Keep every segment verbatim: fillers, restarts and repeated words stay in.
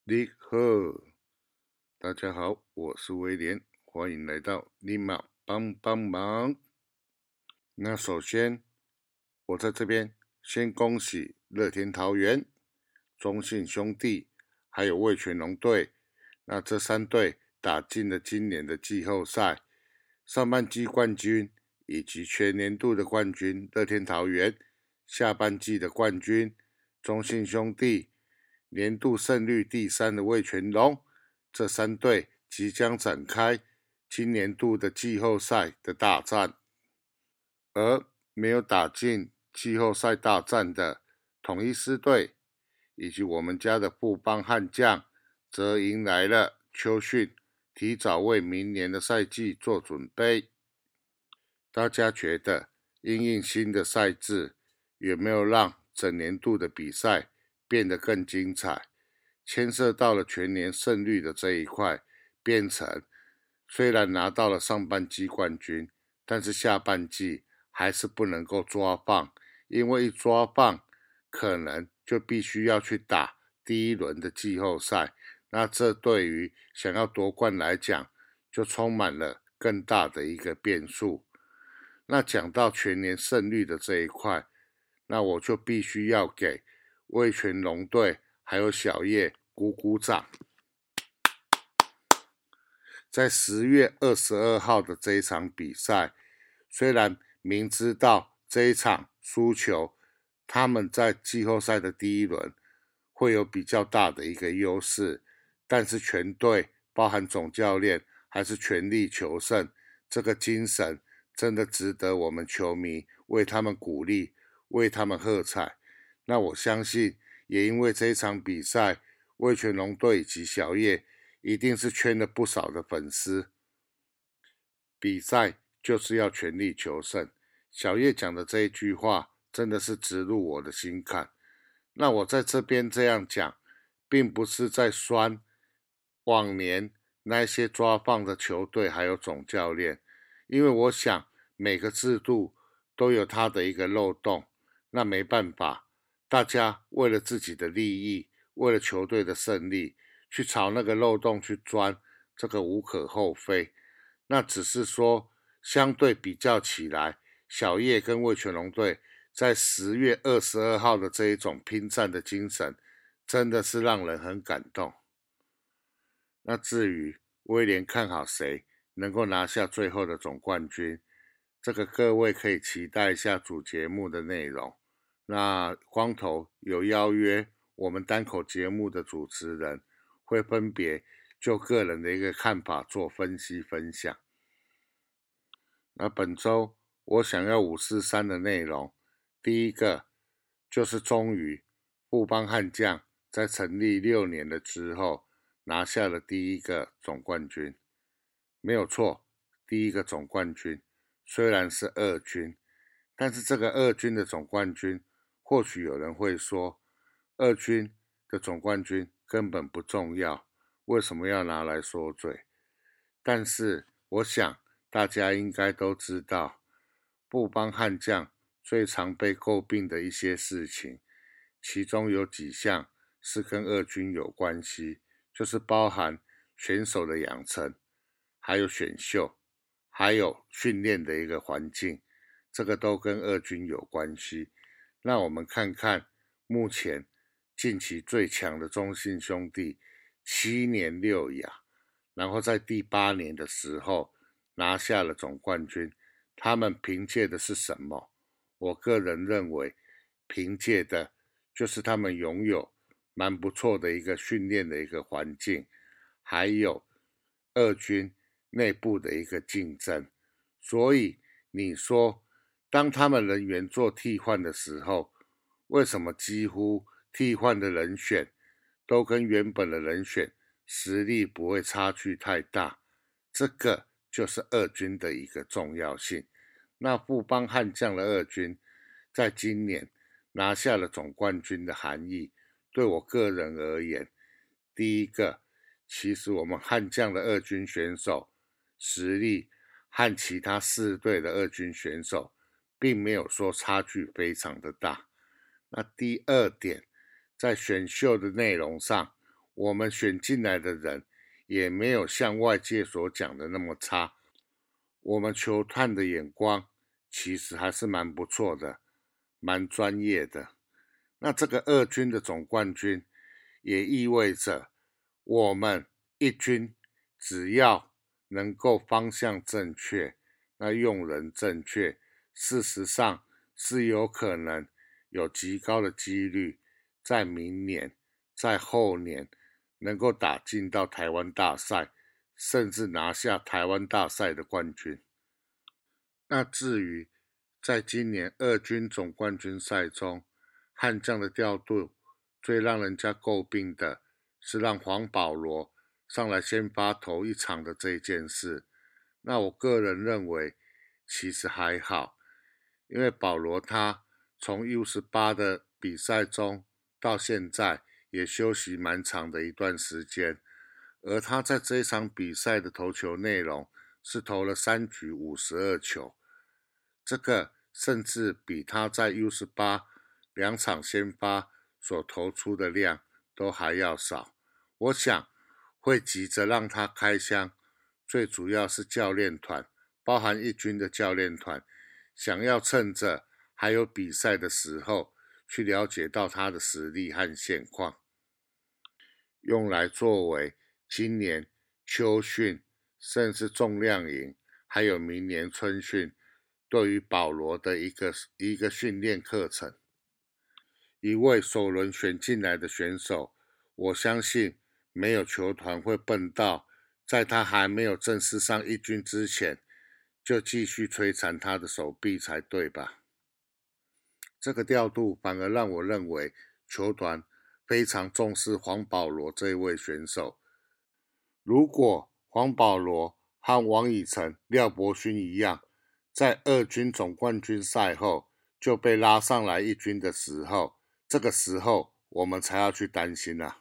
你好，大家好，我是威廉，欢迎来到立马帮帮忙。那首先，我在这边先恭喜乐天桃园、中信兄弟还有味全龙队，那这三队打进了今年的季后赛，上半季冠军以及全年度的冠军乐天桃园，下半季的冠军中信兄弟，年度胜率第三的味全龙，这三队即将展开今年度的季后赛的大战。而没有打进季后赛大战的统一狮队，以及我们家的富邦悍将，则迎来了秋训，提早为明年的赛季做准备。大家觉得因应新的赛制，有没有让整年度的比赛变得更精彩？牵涉到了全年胜率的这一块，变成虽然拿到了上半季冠军，但是下半季还是不能够抓放，因为一抓放，可能就必须要去打第一轮的季后赛，那这对于想要夺冠来讲，就充满了更大的一个变数。那讲到全年胜率的这一块，那我就必须要给味全龙队还有小叶鼓鼓掌。在十月二十二号的这一场比赛，虽然明知道这一场输球，他们在季后赛的第一轮会有比较大的一个优势，但是全队包含总教练还是全力求胜，这个精神真的值得我们球迷为他们鼓励，为他们喝彩。那我相信，也因为这一场比赛，味全龙队以及小叶一定是圈了不少的粉丝。比赛就是要全力求胜，小叶讲的这一句话真的是直入我的心坎。那我在这边这样讲，并不是在酸往年那些抓放的球队还有总教练，因为我想每个制度都有它的一个漏洞，那没办法，大家为了自己的利益，为了球队的胜利，去朝那个漏洞去钻，这个无可厚非。那只是说，相对比较起来，小叶跟味全龙队在十月二十二号的这一种拼战的精神，真的是让人很感动。那至于威廉看好谁能够拿下最后的总冠军，这个各位可以期待一下主节目的内容。那光头有邀约我们单口节目的主持人，会分别就个人的一个看法做分析分享。那本周我想要五四三的内容，第一个就是终于富邦悍将在成立六年了之后，拿下了第一个总冠军。没有错，第一个总冠军虽然是二军，但是这个二军的总冠军，或许有人会说，二军的总冠军根本不重要，为什么要拿来说嘴？但是我想大家应该都知道，富邦悍将最常被诟病的一些事情，其中有几项是跟二军有关系，就是包含选手的养成，还有选秀，还有训练的一个环境，这个都跟二军有关系。那我们看看目前近期最强的中信兄弟，七年六亚，然后在第八年的时候拿下了总冠军，他们凭借的是什么？我个人认为，凭借的就是他们拥有蛮不错的一个训练的一个环境，还有二军内部的一个竞争。所以你说，当他们人员做替换的时候，为什么几乎替换的人选都跟原本的人选实力不会差距太大？这个就是二军的一个重要性。那富邦悍将的二军在今年拿下了总冠军的含义，对我个人而言，第一个，其实我们悍将的二军选手实力和其他四队的二军选手并没有说差距非常的大。那第二点，在选秀的内容上， 我们选进来的人也没有像外界所讲的那么差，我们球探的眼光其实还是蛮不错的，蛮专业的。那这个二军的总冠军也意味着我们一军只要能够方向正确，那用人正确，事实上是有可能有极高的几率在明年在后年能够打进到台湾大赛，甚至拿下台湾大赛的冠军。那至于在今年二军总冠军赛中，悍将的调度最让人家诟病的是让黄保罗上来先发头一场的这一件事。那我个人认为其实还好，因为保罗他从 U 十八 的比赛中到现在也休息蛮长的一段时间，而他在这一场比赛的投球内容是投了三局五十二球，这个甚至比他在 U 十八 两场先发所投出的量都还要少。我想会急着让他开箱，最主要是教练团，包含一军的教练团，想要趁着还有比赛的时候去了解到他的实力和现况，用来作为今年秋训甚至重量营还有明年春训对于保罗的一个一个训练课程。一位首轮选进来的选手，我相信没有球团会笨到在他还没有正式上一军之前就继续摧残他的手臂才对吧？这个调度反而让我认为球团非常重视黄保罗这一位选手。如果黄保罗和王以诚、廖伯勋一样，在二军总冠军赛后就被拉上来一军的时候，这个时候我们才要去担心啊。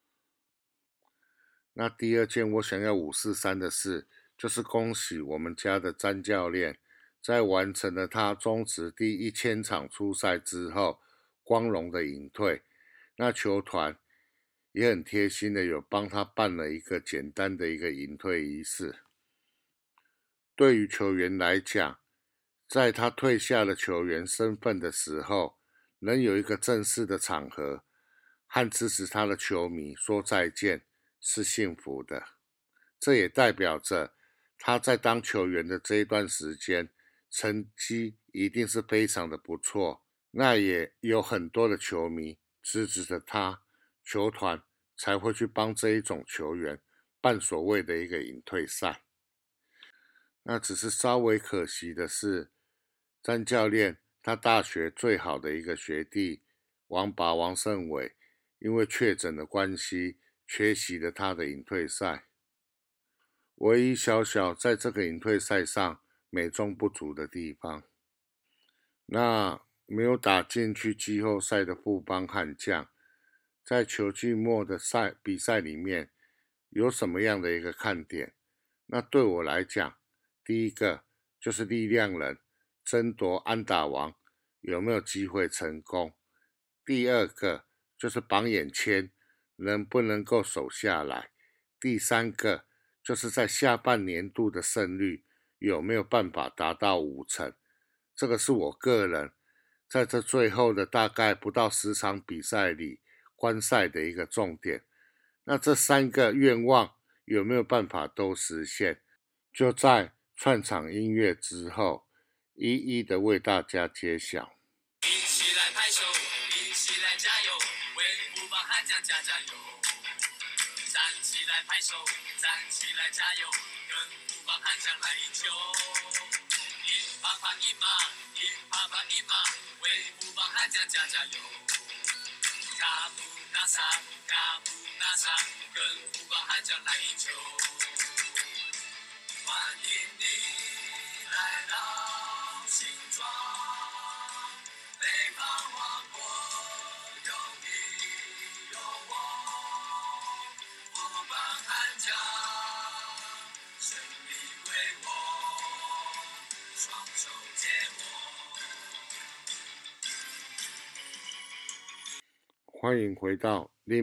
那第二件我想要五四三的事，就是恭喜我们家的詹教练，在完成了他中职第一千场出赛之后，光荣的隐退。那球团也很贴心的有帮他办了一个简单的一个隐退仪式。对于球员来讲，在他退下了球员身份的时候，能有一个正式的场合和支持他的球迷说再见，是幸福的。这也代表着他在当球员的这一段时间，成绩一定是非常的不错。那也有很多的球迷支持着他，球团才会去帮这一种球员办所谓的一个隐退赛。那只是稍微可惜的是，詹教练他大学最好的一个学弟王拔王胜伟，因为确诊的关系，缺席了他的隐退赛。唯一小小在这个隐退赛上美中不足的地方，那没有打进去季后赛的富邦悍将，在球季末的赛比赛里面有什么样的一个看点？那对我来讲，第一个就是力量人争夺安打王有没有机会成功，第二个就是榜眼签能不能够守下来，第三个就是在下半年度的胜率有没有办法达到五成。这个是我个人在这最后的大概不到十场比赛里观赛的一个重点。那这三个愿望有没有办法都实现，就在串场音乐之后一一的为大家揭晓。一起来拍手，一起来加油，为富邦悍将加加油！站起来拍手，站起来加油，跟富邦悍将来赢球！赢啪啪赢嘛，赢啪啪赢嘛，为富邦悍将加加油！卡布纳萨，卡布纳萨，跟富邦悍将来赢球！欢迎你来到新庄，北方王国有你有我，富邦悍将胜利归我，双手接我。欢迎回到立马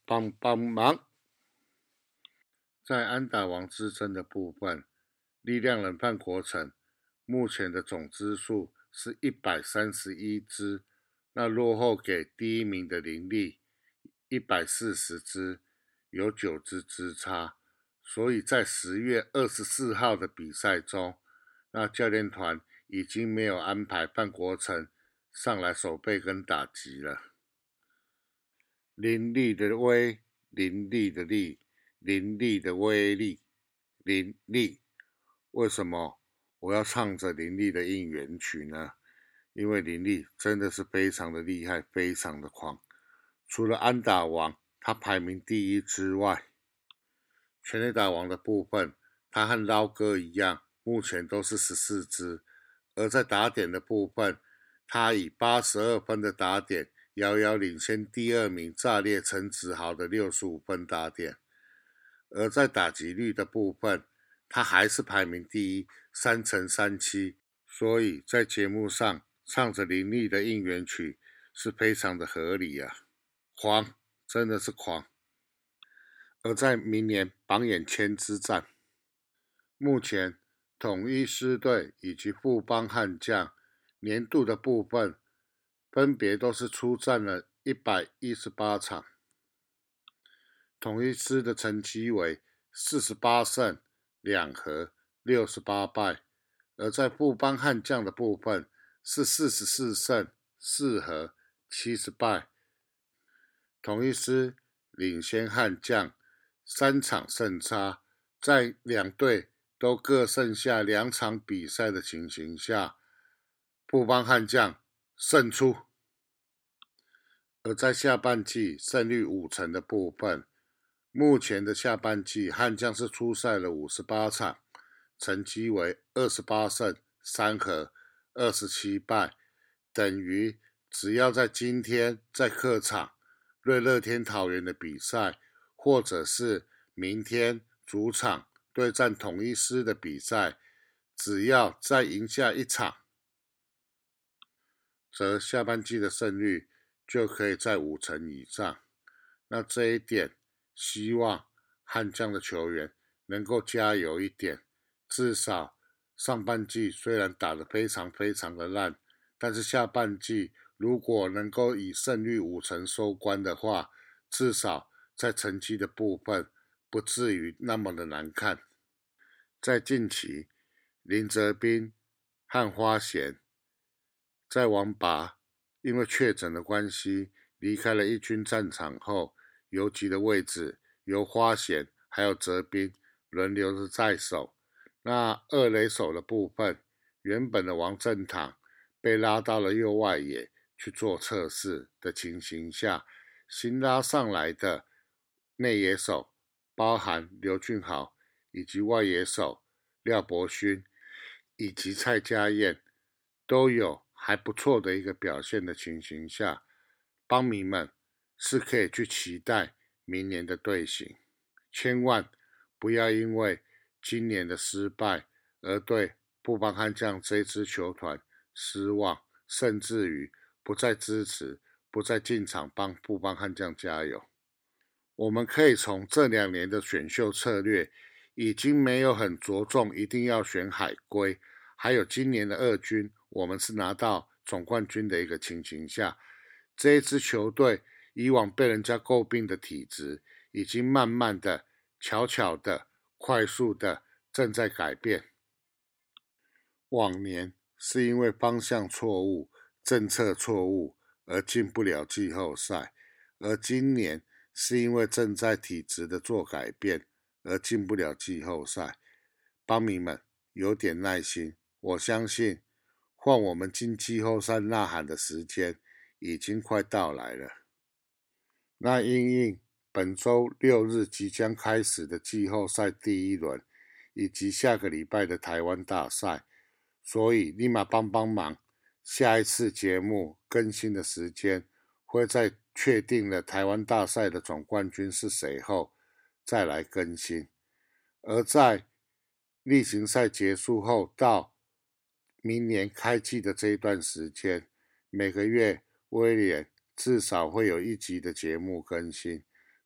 帮帮忙。在安打王之争的部分，力量人范国成目前的总支数是一百三十一支，那落后给第一名的林立一百四十支，有九支之差。所以在十月二十四号的比赛中，那教练团已经没有安排范国成上来守备跟打击了。林立的威，林立的力，林立的威力，林立。为什么我要唱着林立的应援曲呢？因为林立真的是非常的厉害，非常的狂。除了安打王他排名第一之外，全垒打王的部分，他和捞哥一样，目前都是十四支。而在打点的部分，他以八十二分的打点，遥遥领先第二名炸裂陈子豪的六十五分打点。而在打击率的部分，他还是排名第一，三成三七。所以在节目上唱着林立的应援曲是非常的合理啊，狂，真的是狂。而在明年榜眼签之战，目前统一狮队以及富邦悍将年度的部分分别都是出战了一百一十八场，统一狮的成绩为四十八胜两和六十八败，而在富邦悍将的部分是四十四胜四和七十败，统一狮领先悍将三场胜差，在两队都各剩下两场比赛的情形下，富邦悍将胜出。而在下半季胜率五成的部分，目前的下半季悍将是出赛了五十八场，成绩为二十八胜三和二十七败，等于只要在今天在客场瑞乐天桃园的比赛，或者是明天主场对战统一狮的比赛，只要再赢下一场，则下半季的胜率就可以在五成以上。那这一点，希望悍将的球员能够加油一点，至少上半季虽然打得非常非常的烂，但是下半季如果能够以胜率五成收官的话，至少在成绩的部分不至于那么的难看。在近期，林哲斌和花贤在王拔因为确诊的关系离开了一军战场后，游击的位置由花贤还有哲斌轮流的在手。那二垒手的部分，原本的王正堂被拉到了右外野去做测试的情形下，新拉上来的内野手包含刘俊豪以及外野手廖伯勋以及蔡家燕都有还不错的一个表现的情形下，邦迷们是可以去期待明年的队形，千万不要因为今年的失败而对富邦悍将这支球团失望，甚至于不再支持，不再进场帮富邦悍将加油。我们可以从这两年的选秀策略已经没有很着重一定要选海归，还有今年的二军我们是拿到总冠军的一个情形下，这一支球队以往被人家诟病的体质已经慢慢的悄悄的快速的正在改变。往年是因为方向错误政策错误而进不了季后赛，而今年是因为正在体质的做改变而进不了季后赛。邦迷们有点耐心，我相信换我们进季后赛呐喊的时间已经快到来了。那因应本周六日即将开始的季后赛第一轮，以及下个礼拜的台湾大赛，所以立马帮帮忙，下一次节目更新的时间会在确定了台湾大赛的总冠军是谁后再来更新。而在例行赛结束后到明年开季的这一段时间，每个月威廉至少会有一集的节目更新。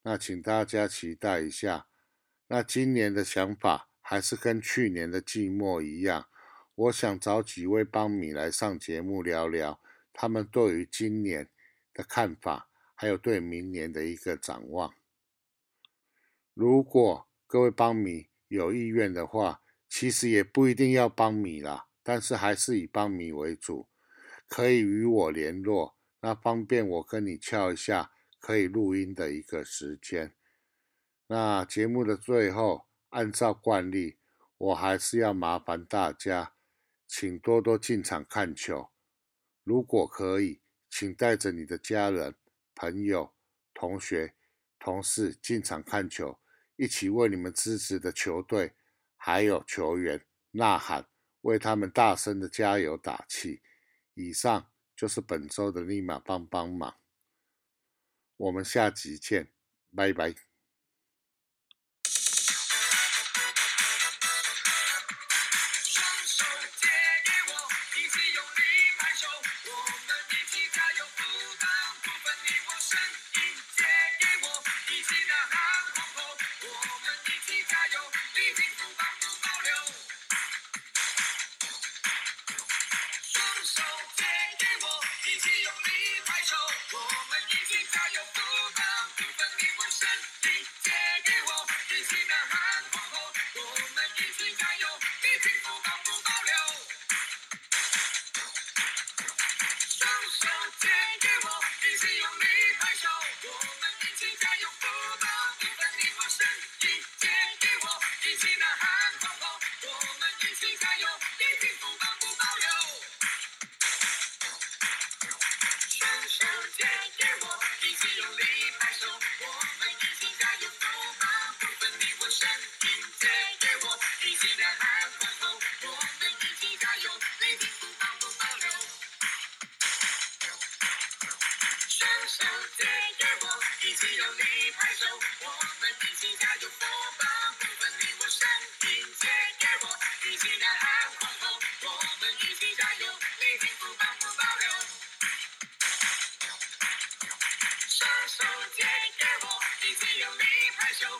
那请大家期待一下。那今年的想法还是跟去年的季末一样，我想找几位帮迷来上节目聊聊他们对于今年的看法，还有对明年的一个展望。如果各位帮迷有意愿的话，其实也不一定要帮迷啦，但是还是以帮迷为主，可以与我联络，那方便我跟你敲一下可以录音的一个时间。那节目的最后，按照惯例，我还是要麻烦大家，请多多进场看球。如果可以，请带着你的家人、朋友、同学、同事进场看球，一起为你们支持的球队还有球员呐喊，为他们大声的加油打气。以上就是本周的立马帮帮忙，我们下集见，拜拜。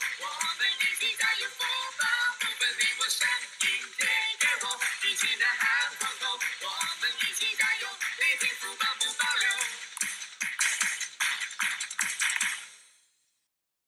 我们一起加油，不分你我身，迎接给我，一起呐喊。